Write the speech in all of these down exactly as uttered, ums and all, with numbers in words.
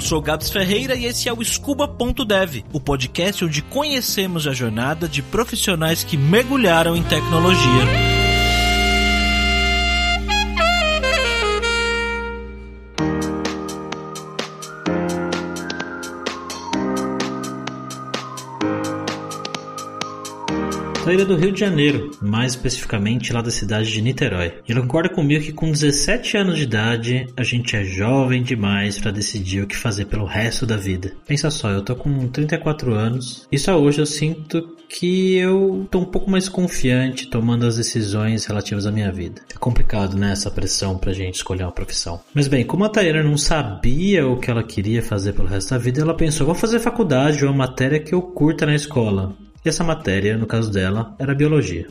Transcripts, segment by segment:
sou Gabs Ferreira e esse é o Scuba ponto dev, o podcast onde conhecemos a jornada de profissionais que mergulharam em tecnologia. Saída do Rio de Janeiro, mais especificamente lá da cidade de Niterói. E ela concorda comigo que com dezessete anos de idade, a gente é jovem demais para decidir o que fazer pelo resto da vida. Pensa só, eu tô com trinta e quatro anos e só hoje eu sinto que eu tô um pouco mais confiante tomando as decisões relativas à minha vida. É complicado, né, essa pressão pra gente escolher uma profissão. Mas bem, como a Tayana não sabia o que ela queria fazer pelo resto da vida, ela pensou, vou fazer faculdade ou uma matéria que eu curta na escola. E essa matéria, no caso dela, era biologia.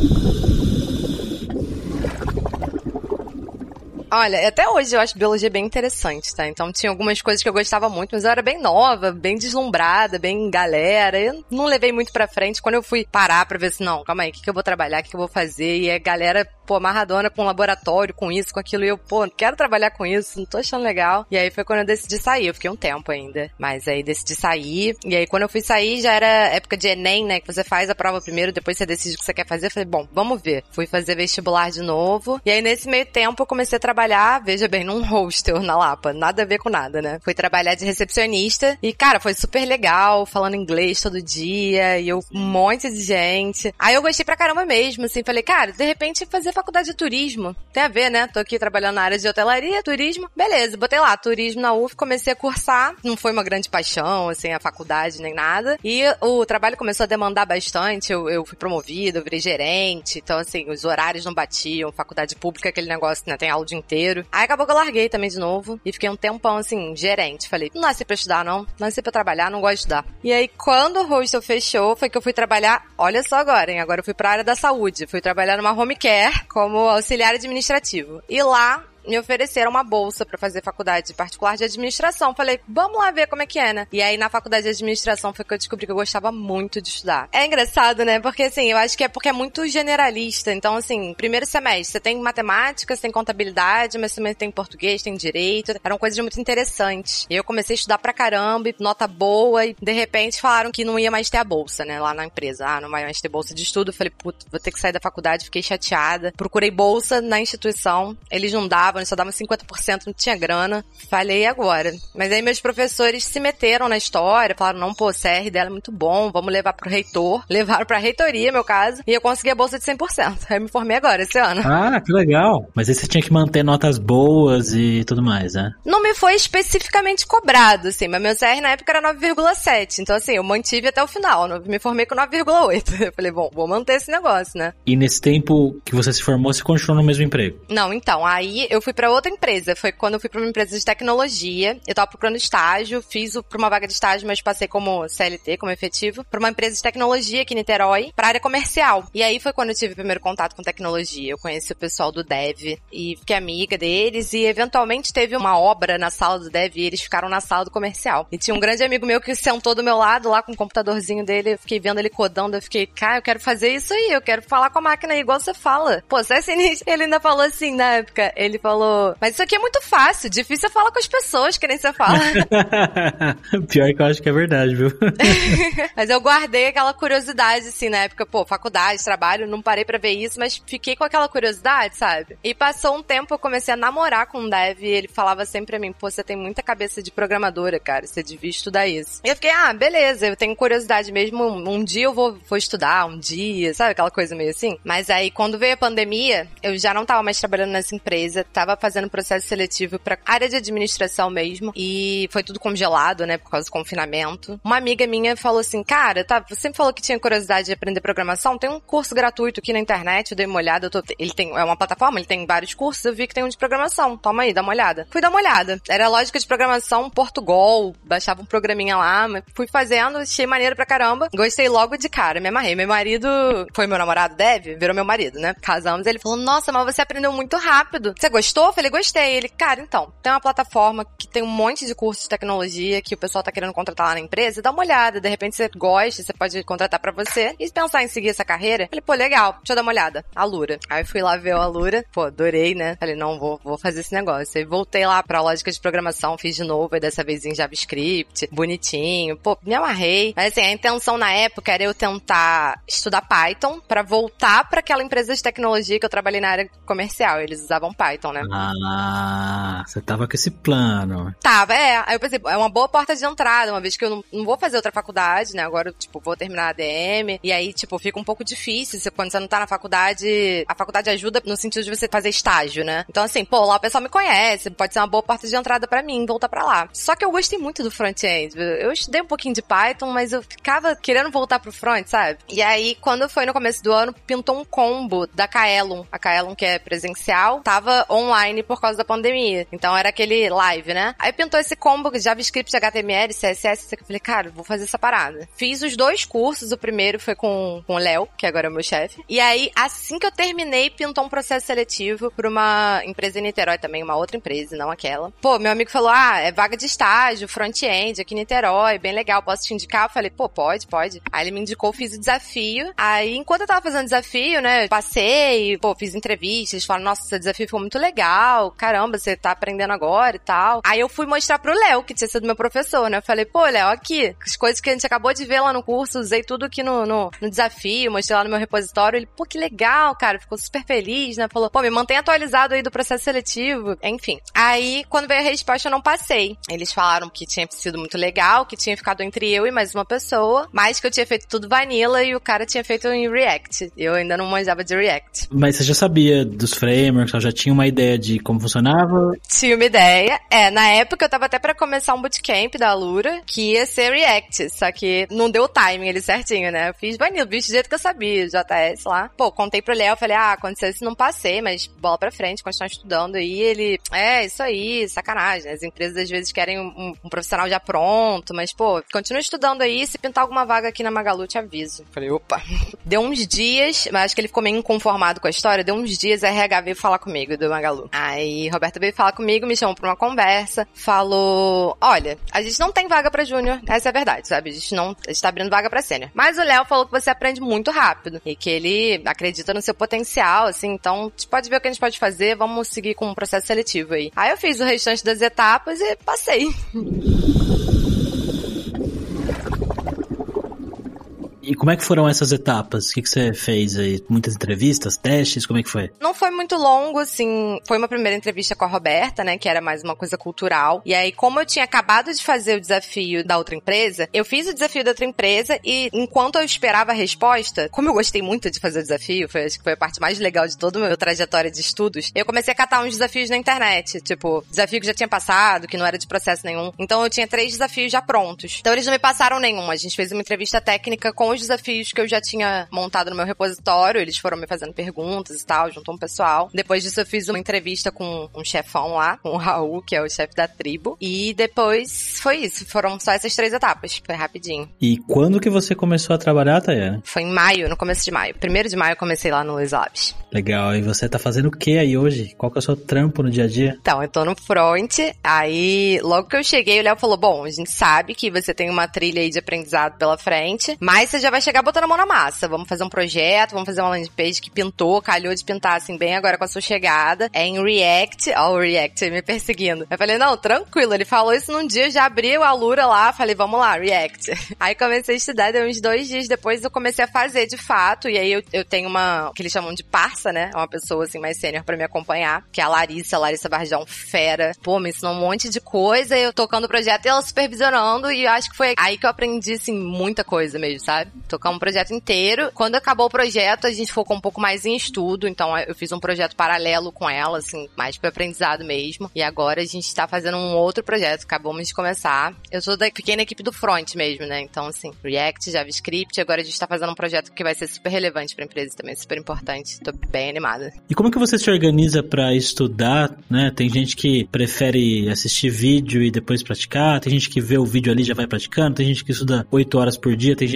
Olha, até hoje eu acho biologia bem interessante, tá? Então tinha algumas coisas que eu gostava muito, mas eu era bem nova, bem deslumbrada, bem galera. Eu não levei muito pra frente. Quando eu fui parar pra ver assim, não, calma aí, o que, que eu vou trabalhar, o que, que eu vou fazer? E a galera, pô, amarradona com laboratório, com isso, com aquilo. E eu, pô, não quero trabalhar com isso, não tô achando legal. E aí foi quando eu decidi sair. Eu fiquei um tempo ainda. Mas aí decidi sair. E aí quando eu fui sair, já era época de Enem, né? Que você faz a prova primeiro, depois você decide o que você quer fazer. Eu falei, bom, vamos ver. Fui fazer vestibular de novo. E aí nesse meio tempo eu comecei a trabalhar trabalhar, veja bem, num hostel na Lapa. Nada a ver com nada, né? Fui trabalhar de recepcionista e, cara, foi super legal, falando inglês todo dia e eu, um monte de gente. Aí eu gostei pra caramba mesmo, assim, falei, cara, de repente fazer faculdade de turismo. Tem a ver, né? Tô aqui trabalhando na área de hotelaria, turismo. Beleza, botei lá, turismo na U F, comecei a cursar. Não foi uma grande paixão, assim, a faculdade nem nada. E o trabalho começou a demandar bastante, eu, eu fui promovida, eu virei gerente. Então, assim, os horários não batiam, faculdade pública, aquele negócio, né? Tem aula o dia inteiro. Aí acabou que eu larguei também de novo e fiquei um tempão, assim, gerente. Falei, não nasci pra estudar, não. Não nasci pra trabalhar, não gosto de estudar. E aí, quando o hostel fechou, foi que eu fui trabalhar, olha só agora, hein? Agora eu fui pra área da saúde. Fui trabalhar numa home care como auxiliar administrativo. E lá, me ofereceram uma bolsa pra fazer faculdade particular de administração. Falei, vamos lá ver como é que é, né? E aí, na faculdade de administração, foi que eu descobri que eu gostava muito de estudar. É engraçado, né? Porque, assim, eu acho que é porque é muito generalista. Então, assim, primeiro semestre, você tem matemática, você tem contabilidade, mas também tem português, tem direito. Eram coisas muito interessantes. E eu comecei a estudar pra caramba, nota boa, e de repente falaram que não ia mais ter a bolsa, né? Lá na empresa. Ah, não vai mais ter bolsa de estudo. Falei, puto, vou ter que sair da faculdade. Fiquei chateada. Procurei bolsa na instituição. Eles não davam, só dava cinquenta por cento, não tinha grana. Falei, e agora? Mas aí meus professores se meteram na história, falaram, não, pô, o C R dela é muito bom, vamos levar pro reitor. Levaram pra reitoria, meu caso, e eu consegui a bolsa de cem por cento. Aí eu me formei agora, esse ano. Ah, que legal. Mas aí você tinha que manter notas boas e tudo mais, né? Não me foi especificamente cobrado, assim, mas meu C R na época era nove vírgula sete, então assim, eu mantive até o final, eu me formei com nove vírgula oito. Eu falei, bom, vou manter esse negócio, né? E nesse tempo que você se formou, você continuou no mesmo emprego? Não, então, aí eu fui pra outra empresa. Foi quando eu fui pra uma empresa de tecnologia. Eu tava procurando estágio, fiz o, pra uma vaga de estágio, mas passei como C L T, como efetivo, pra uma empresa de tecnologia aqui em Niterói, pra área comercial. E aí foi quando eu tive o primeiro contato com tecnologia. Eu conheci o pessoal do Dev e fiquei amiga deles e eventualmente teve uma obra na sala do Dev e eles ficaram na sala do comercial. E tinha um grande amigo meu que sentou do meu lado lá com o computadorzinho dele, eu fiquei vendo ele codando, eu fiquei, cara, eu quero fazer isso aí, eu quero falar com a máquina aí, igual você fala. Pô, você é sinistro. Ele ainda falou assim na época, ele falou, mas isso aqui é muito fácil, difícil é falar com as pessoas, que nem você fala. Pior que eu acho que é verdade, viu? Mas eu guardei aquela curiosidade, assim, na época, pô, faculdade, trabalho, não parei pra ver isso, mas fiquei com aquela curiosidade, sabe? E passou um tempo, eu comecei a namorar com um dev e ele falava sempre pra mim, pô, você tem muita cabeça de programadora, cara, você devia estudar isso. E eu fiquei, ah, beleza, eu tenho curiosidade mesmo, um dia eu vou, vou estudar, um dia, sabe? Aquela coisa meio assim. Mas aí, quando veio a pandemia, eu já não tava mais trabalhando nessa empresa, tava fazendo processo seletivo pra área de administração mesmo, e foi tudo congelado, né, por causa do confinamento. Uma amiga minha falou assim, cara, tá, você sempre falou que tinha curiosidade de aprender programação, tem um curso gratuito aqui na internet, eu dei uma olhada, eu tô, ele tem, é uma plataforma, ele tem vários cursos, eu vi que tem um de programação, toma aí, dá uma olhada. Fui dar uma olhada, era lógica de programação, Portugal, baixava um programinha lá, mas fui fazendo, achei maneiro pra caramba, gostei logo de cara, me amarrei. Meu marido foi meu namorado, Dev, virou meu marido, né, casamos, ele falou, nossa, mas você aprendeu muito rápido, você gostou? gostou? Eu falei, gostei. Ele, cara, então, tem uma plataforma que tem um monte de cursos de tecnologia que o pessoal tá querendo contratar lá na empresa, dá uma olhada, de repente você gosta, você pode contratar pra você e pensar em seguir essa carreira. Eu falei, pô, legal, deixa eu dar uma olhada. Alura. Aí eu fui lá ver a Alura, pô, adorei, né? Falei, não, vou, vou fazer esse negócio. Aí voltei lá pra lógica de programação, fiz de novo, aí dessa vez em JavaScript, bonitinho, pô, me amarrei. Mas assim, a intenção na época era eu tentar estudar Python pra voltar pra aquela empresa de tecnologia que eu trabalhei na área comercial. Eles usavam Python, né? Ah, você tava com esse plano. Tava, é. Aí eu pensei, é uma boa porta de entrada, uma vez que eu não, não vou fazer outra faculdade, né? Agora eu, tipo, vou terminar a D M. E aí, tipo, fica um pouco difícil você, quando você não tá na faculdade. A faculdade ajuda no sentido de você fazer estágio, né? Então, assim, pô, lá o pessoal me conhece, pode ser uma boa porta de entrada pra mim, voltar pra lá. Só que eu gostei muito do front-end. Eu estudei um pouquinho de Python, mas eu ficava querendo voltar pro front, sabe? E aí, quando foi no começo do ano, pintou um combo da Kaelon. A Kaelon, que é presencial, tava online por causa da pandemia. Então, era aquele live, né? Aí pintou esse combo de JavaScript, H T M L, C S S, eu falei, cara, vou fazer essa parada. Fiz os dois cursos, o primeiro foi com, com o Léo, que agora é o meu chefe. E aí, assim que eu terminei, pintou um processo seletivo pra uma empresa em Niterói também, uma outra empresa, não aquela. Pô, meu amigo falou, ah, é vaga de estágio, front-end, aqui em Niterói, bem legal, posso te indicar? Eu falei, pô, pode, pode. Aí ele me indicou, fiz o desafio. Aí, enquanto eu tava fazendo o desafio, né, passei, pô, fiz entrevistas, falaram, nossa, seu desafio ficou muito legal, caramba, você tá aprendendo agora e tal. Aí eu fui mostrar pro Léo, que tinha sido meu professor, né, eu falei, pô, Léo, aqui, as coisas que a gente acabou de ver lá no curso, usei tudo aqui no, no, no desafio, mostrei lá no meu repositório, ele, pô, que legal, cara, ficou super feliz, né, falou, pô, me mantém atualizado aí do processo seletivo, enfim. Aí, quando veio a resposta, eu não passei. Eles falaram que tinha sido muito legal, que tinha ficado entre eu e mais uma pessoa, mas que eu tinha feito tudo vanilla e o cara tinha feito em React. Eu ainda não manjava de React. Mas você já sabia dos frameworks, já tinha uma ideia de como funcionava? Tinha uma ideia. É, na época eu tava até pra começar um bootcamp da Alura, que ia ser React, só que não deu o timing ali certinho, né? Eu fiz vanilla, bicho, do jeito que eu sabia, J S lá. Pô, contei pro Léo, falei, ah, aconteceu isso, não passei, mas bola pra frente, continuar estudando. E ele, é, isso aí, sacanagem, né? As empresas às vezes querem um, um profissional já pronto, mas, pô, continua estudando aí, se pintar alguma vaga aqui na Magalu, te aviso. Falei, opa. Deu uns dias, mas acho que ele ficou meio inconformado com a história, deu uns dias, a R H veio falar comigo, do Magalu. Aí, Roberta veio falar comigo, me chamou pra uma conversa, falou, olha, a gente não tem vaga pra júnior, essa é a verdade, sabe? A gente não, a gente tá abrindo vaga pra sênior. Mas o Léo falou que você aprende muito rápido e que ele acredita no seu potencial, assim, então, a gente pode ver o que a gente pode fazer, vamos seguir com um processo seletivo aí. Aí eu fiz o restante das etapas e passei. E como é que foram essas etapas? O que, que você fez aí? Muitas entrevistas, testes? Como é que foi? Não foi muito longo, assim. Foi uma primeira entrevista com a Roberta, né? Que era mais uma coisa cultural. E aí, como eu tinha acabado de fazer o desafio da outra empresa, eu fiz o desafio da outra empresa e, enquanto eu esperava a resposta, como eu gostei muito de fazer o desafio, foi, acho que foi a parte mais legal de toda a minha trajetória de estudos, eu comecei a catar uns desafios na internet. Tipo, desafio que já tinha passado, que não era de processo nenhum. Então, eu tinha três desafios já prontos. Então, eles não me passaram nenhum. A gente fez uma entrevista técnica com os desafios que eu já tinha montado no meu repositório, eles foram me fazendo perguntas e tal, juntou um pessoal. Depois disso eu fiz uma entrevista com um chefão lá, com o Raul, que é o chefe da tribo, e depois foi isso, foram só essas três etapas, foi rapidinho. E quando que você começou a trabalhar, Tayana? Foi em maio, no começo de maio. Primeiro de maio eu comecei lá no Luiz Labs. Legal, e você tá fazendo o que aí hoje? Qual que é o seu trampo no dia a dia? Então, eu tô no front, aí logo que eu cheguei, o Léo falou, bom, a gente sabe que você tem uma trilha aí de aprendizado pela frente, mas você já vai chegar botando a mão na massa, vamos fazer um projeto, vamos fazer uma landing page que pintou, calhou de pintar assim bem agora com a sua chegada, é em React, ó o React aí me perseguindo. Eu falei, não, tranquilo, ele falou isso num dia, eu já abri a Alura lá, falei, vamos lá, React. Aí comecei a estudar, deu uns dois dias depois eu comecei a fazer de fato, e aí eu, eu tenho uma, que eles chamam de parça, né, uma pessoa assim mais sênior pra me acompanhar, que é a Larissa, a Larissa Varjão, fera, pô, me ensinou um monte de coisa, eu tocando o projeto e ela supervisionando, e eu acho que foi aí que eu aprendi, assim, muita coisa mesmo, sabe? Tocar um projeto inteiro. Quando acabou o projeto, a gente focou um pouco mais em estudo, então eu fiz um projeto paralelo com ela, assim, mais para aprendizado mesmo. E agora a gente tá fazendo um outro projeto, acabamos de começar. Eu sou da, fiquei na equipe do front mesmo, né? Então, assim, React, JavaScript, agora a gente tá fazendo um projeto que vai ser super relevante pra empresa também, super importante. Tô bem animada. E como que você se organiza pra estudar, né? Tem gente que prefere assistir vídeo e depois praticar, tem gente que vê o vídeo ali e já vai praticando, tem gente que estuda oito horas por dia, tem gente que pega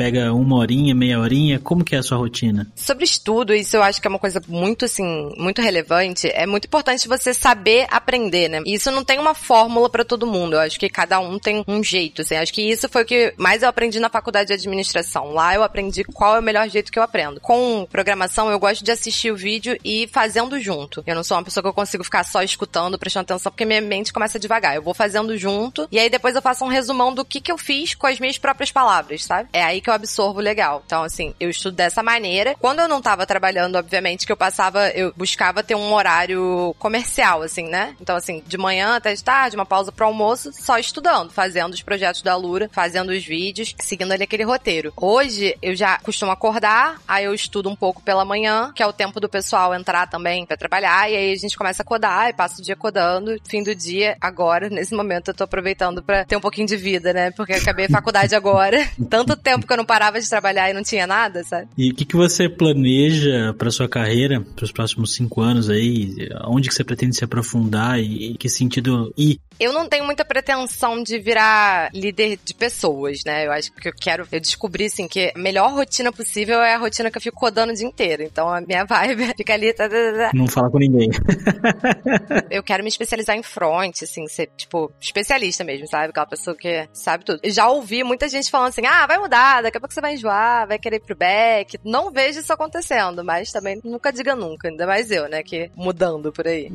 pega uma horinha, meia horinha? Como que é a sua rotina? Sobre estudo, isso eu acho que é uma coisa muito, assim, muito relevante. É muito importante você saber aprender, né? E isso não tem uma fórmula pra todo mundo. Eu acho que cada um tem um jeito, assim. Acho que isso foi o que mais eu aprendi na faculdade de administração. Lá eu aprendi qual é o melhor jeito que eu aprendo. Com programação, eu gosto de assistir o vídeo e ir fazendo junto. Eu não sou uma pessoa que eu consigo ficar só escutando, prestando atenção, porque minha mente começa devagar. Eu vou fazendo junto e aí depois eu faço um resumão do que que eu fiz com as minhas próprias palavras, sabe? É aí que eu absorvo legal. Então, assim, eu estudo dessa maneira. Quando eu não tava trabalhando, obviamente, que eu passava, eu buscava ter um horário comercial, assim, né? Então, assim, de manhã até de tarde, uma pausa pro almoço, só estudando, fazendo os projetos da Alura, fazendo os vídeos, seguindo ali aquele roteiro. Hoje, eu já costumo acordar, aí eu estudo um pouco pela manhã, que é o tempo do pessoal entrar também pra trabalhar, e aí a gente começa a codar, e passa o dia codando. Fim do dia, agora, nesse momento, eu tô aproveitando pra ter um pouquinho de vida, né? Porque eu acabei a faculdade agora. Tanto tempo que eu não parava de trabalhar e não tinha nada, sabe? E o que, que você planeja pra sua carreira, pros próximos cinco anos aí? Onde que você pretende se aprofundar e em que sentido ir? Eu não tenho muita pretensão de virar líder de pessoas, né? Eu acho que eu quero... Eu descobri, assim, que a melhor rotina possível é a rotina que eu fico rodando o dia inteiro. Então, a minha vibe fica ali... Tá, tá, tá. Não fala com ninguém. Eu quero me especializar em front, assim, ser, tipo, especialista mesmo, sabe? Aquela pessoa que sabe tudo. Eu já ouvi muita gente falando assim, ah, vai mudar, daqui a pouco você vai enjoar, vai querer ir pro back. Não vejo isso acontecendo, mas também nunca diga nunca. Ainda mais eu, né? Que mudando por aí.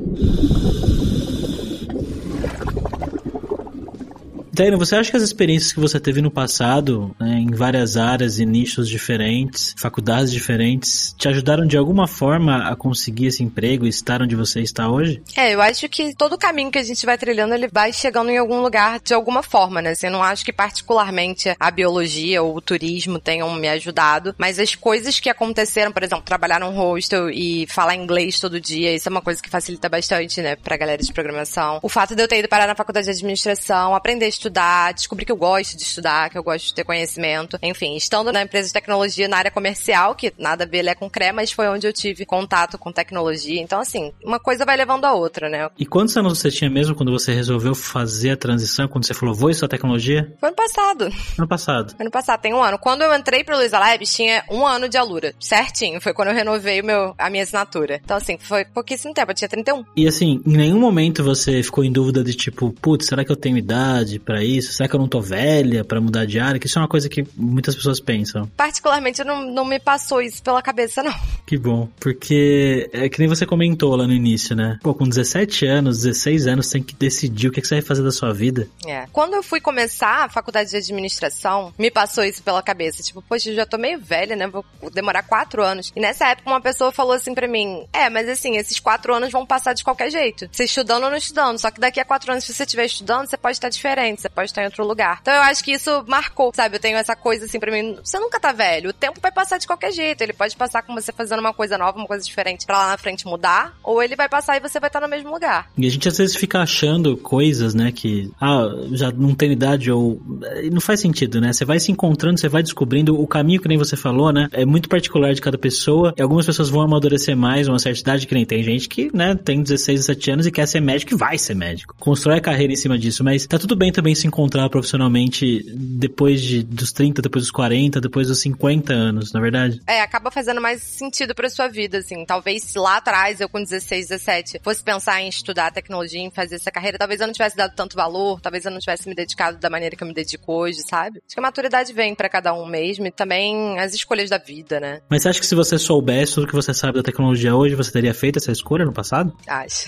Taina, você acha que as experiências que você teve no passado, né, em várias áreas e nichos diferentes, faculdades diferentes, te ajudaram de alguma forma a conseguir esse emprego e estar onde você está hoje? É, eu acho que todo caminho que a gente vai trilhando, ele vai chegando em algum lugar de alguma forma, né? Assim, eu não acho que particularmente a biologia ou o turismo tenham me ajudado, mas as coisas que aconteceram, por exemplo, trabalhar num hostel e falar inglês todo dia, isso é uma coisa que facilita bastante, né, pra galera de programação. O fato de eu ter ido parar na faculdade de administração, aprender a estudar, descobrir que eu gosto de estudar, que eu gosto de ter conhecimento. Enfim, estando na empresa de tecnologia na área comercial, que nada a ver é com C R E, mas foi onde eu tive contato com tecnologia. Então, assim, uma coisa vai levando a outra, né? E quantos anos você tinha mesmo quando você resolveu fazer a transição, quando você falou, vou estudar tecnologia? Foi ano passado. Ano passado. Ano passado, tem um ano. Quando eu entrei pro Luiza Labs, tinha um ano de Alura. Certinho. Foi quando eu renovei o meu, a minha assinatura. Então, assim, foi pouquíssimo tempo. Eu tinha trinta e um. E, assim, em nenhum momento você ficou em dúvida de tipo, putz, será que eu tenho idade pra isso? Será que eu não tô velha pra mudar de área? Que isso é uma coisa que muitas pessoas pensam. Particularmente, não, não me passou isso pela cabeça, não. Que bom. Porque é que nem você comentou lá no início, né? Pô, com dezessete anos, dezesseis anos, você tem que decidir o que você vai fazer da sua vida. É. Quando eu fui começar a faculdade de administração, me passou isso pela cabeça. Tipo, poxa, eu já tô meio velha, né? Vou demorar quatro anos. E nessa época, uma pessoa falou assim pra mim, é, mas assim, esses quatro anos vão passar de qualquer jeito. Você estudando ou não estudando. Só que daqui a quatro anos, se você estiver estudando, você pode estar diferente. Você pode estar em outro lugar. Então eu acho que isso marcou, sabe? Eu tenho essa coisa assim pra mim, você nunca tá velho, o tempo vai passar de qualquer jeito, ele pode passar com você fazendo uma coisa nova, uma coisa diferente pra lá na frente mudar, ou ele vai passar e você vai estar no mesmo lugar. E a gente às vezes fica achando coisas, né, que, ah, já não tem idade ou... Não faz sentido, né? Você vai se encontrando, você vai descobrindo o caminho que nem você falou, né? É muito particular de cada pessoa, e algumas pessoas vão amadurecer mais uma certa idade, que nem tem gente que, né, tem dezesseis, dezessete anos e quer ser médico e vai ser médico. Constrói a carreira em cima disso, mas tá tudo bem também se encontrar profissionalmente depois de, dos trinta, depois dos quarenta, depois dos cinquenta anos, na verdade? É, acaba fazendo mais sentido pra sua vida, assim. Talvez se lá atrás, eu com dezesseis, dezessete, fosse pensar em estudar tecnologia, em fazer essa carreira, talvez eu não tivesse dado tanto valor, talvez eu não tivesse me dedicado da maneira que eu me dedico hoje, sabe? Acho que a maturidade vem pra cada um mesmo e também as escolhas da vida, né? Mas você acha que se você soubesse tudo que você sabe da tecnologia hoje, você teria feito essa escolha no passado? Acho.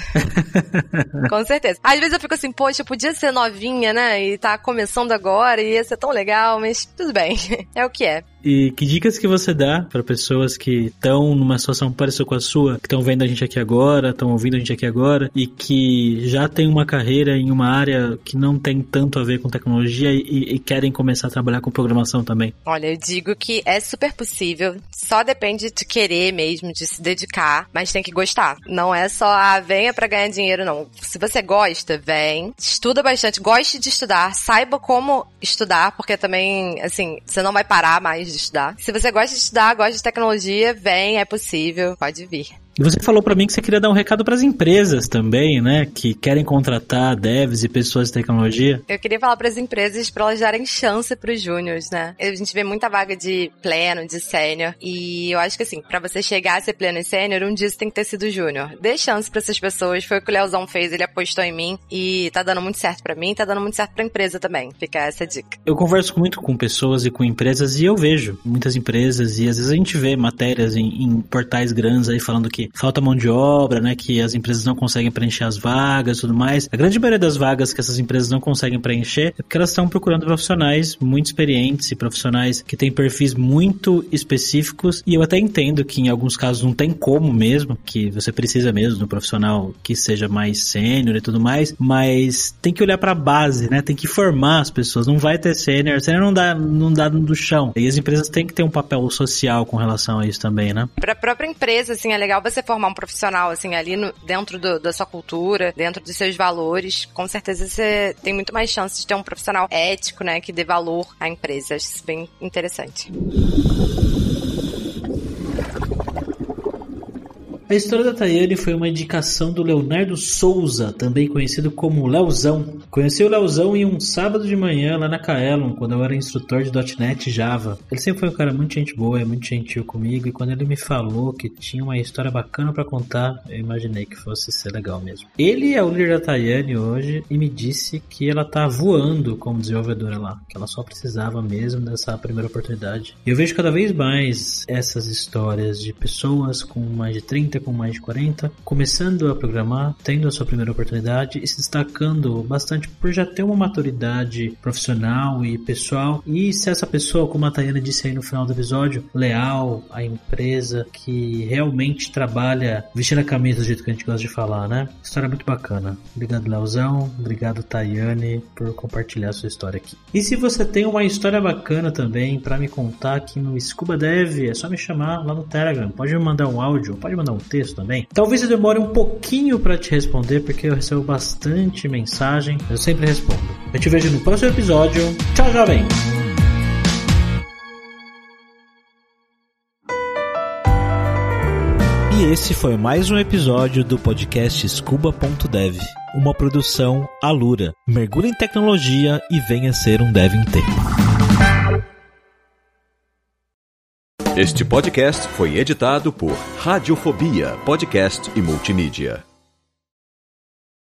Com certeza. Às vezes eu fico assim, poxa, eu podia ser novinha, né? E tá começando agora e ia ser tão legal, mas tudo bem. É o que é. E que dicas que você dá para pessoas que estão numa situação parecida com a sua, que estão vendo a gente aqui agora, estão ouvindo a gente aqui agora e que já tem uma carreira em uma área que não tem tanto a ver com tecnologia e, e querem começar a trabalhar com programação também? Olha, eu digo que é super possível, só depende de querer mesmo, de se dedicar, mas tem que gostar. Não é só, ah, venha pra ganhar dinheiro, não. Se você gosta, vem, estuda bastante, goste de estudar, saiba como estudar, porque também, assim, você não vai parar mais de estudar. Se você gosta de estudar, gosta de tecnologia, vem, é possível, pode vir. E você falou pra mim que você queria dar um recado pras empresas também, né? Que querem contratar devs e pessoas de tecnologia. Eu queria falar pras empresas pra elas darem chance pros júniors, né? A gente vê muita vaga de pleno, de sênior. E eu acho que assim, pra você chegar a ser pleno e sênior, um dia você tem que ter sido júnior. Dê chance pra essas pessoas. Foi o que o Leozão fez, ele apostou em mim. E tá dando muito certo pra mim, tá dando muito certo pra empresa também. Fica essa dica. Eu converso muito com pessoas e com empresas e eu vejo muitas empresas e às vezes a gente vê matérias em, em portais grandes aí falando que falta mão de obra, né, que as empresas não conseguem preencher as vagas e tudo mais. A grande maioria das vagas que essas empresas não conseguem preencher é porque elas estão procurando profissionais muito experientes e profissionais que têm perfis muito específicos e eu até entendo que em alguns casos não tem como mesmo, que você precisa mesmo de um profissional que seja mais sênior e tudo mais, mas tem que olhar pra base, né, tem que formar as pessoas, não vai ter sênior, sênior não dá, não dá do chão. E as empresas têm que ter um papel social com relação a isso também, né? Pra própria empresa, assim, é legal você formar um profissional, assim, ali no, dentro do, da sua cultura, dentro dos seus valores. Com certeza você tem muito mais chance de ter um profissional ético, né, que dê valor à empresa. Acho isso bem interessante. A história da Tayane foi uma indicação do Leonardo Souza, também conhecido como Leozão. Conheci o Leozão em um sábado de manhã lá na Kaelon, quando eu era instrutor de .ponto net e Java. Ele sempre foi um cara muito gente boa, é muito gentil comigo, e quando ele me falou que tinha uma história bacana pra contar, eu imaginei que fosse ser legal mesmo. Ele é o líder da Tayane hoje e me disse que ela tá voando como desenvolvedora lá, que ela só precisava mesmo dessa primeira oportunidade. E eu vejo cada vez mais essas histórias de pessoas com mais de trinta, com mais de quarenta, começando a programar, tendo a sua primeira oportunidade e se destacando bastante por já ter uma maturidade profissional e pessoal. E se essa pessoa, como a Tayane disse aí no final do episódio, leal à empresa, que realmente trabalha vestindo a camisa do jeito que a gente gosta de falar, né? História muito bacana. Obrigado, Leozão. Obrigado, Tayane, por compartilhar a sua história aqui. E se você tem uma história bacana também para me contar aqui no Scuba Dev, é só me chamar lá no Telegram. Pode me mandar um áudio, pode mandar um texto também. Talvez eu demore um pouquinho para te responder, porque eu recebo bastante mensagem. Eu sempre respondo. Eu te vejo no próximo episódio. Tchau, jovem! E esse foi mais um episódio do podcast Scuba ponto dev, uma produção Alura. Mergulhe em tecnologia e venha ser um dev inteiro. Este podcast foi editado por Radiofobia, podcast e multimídia.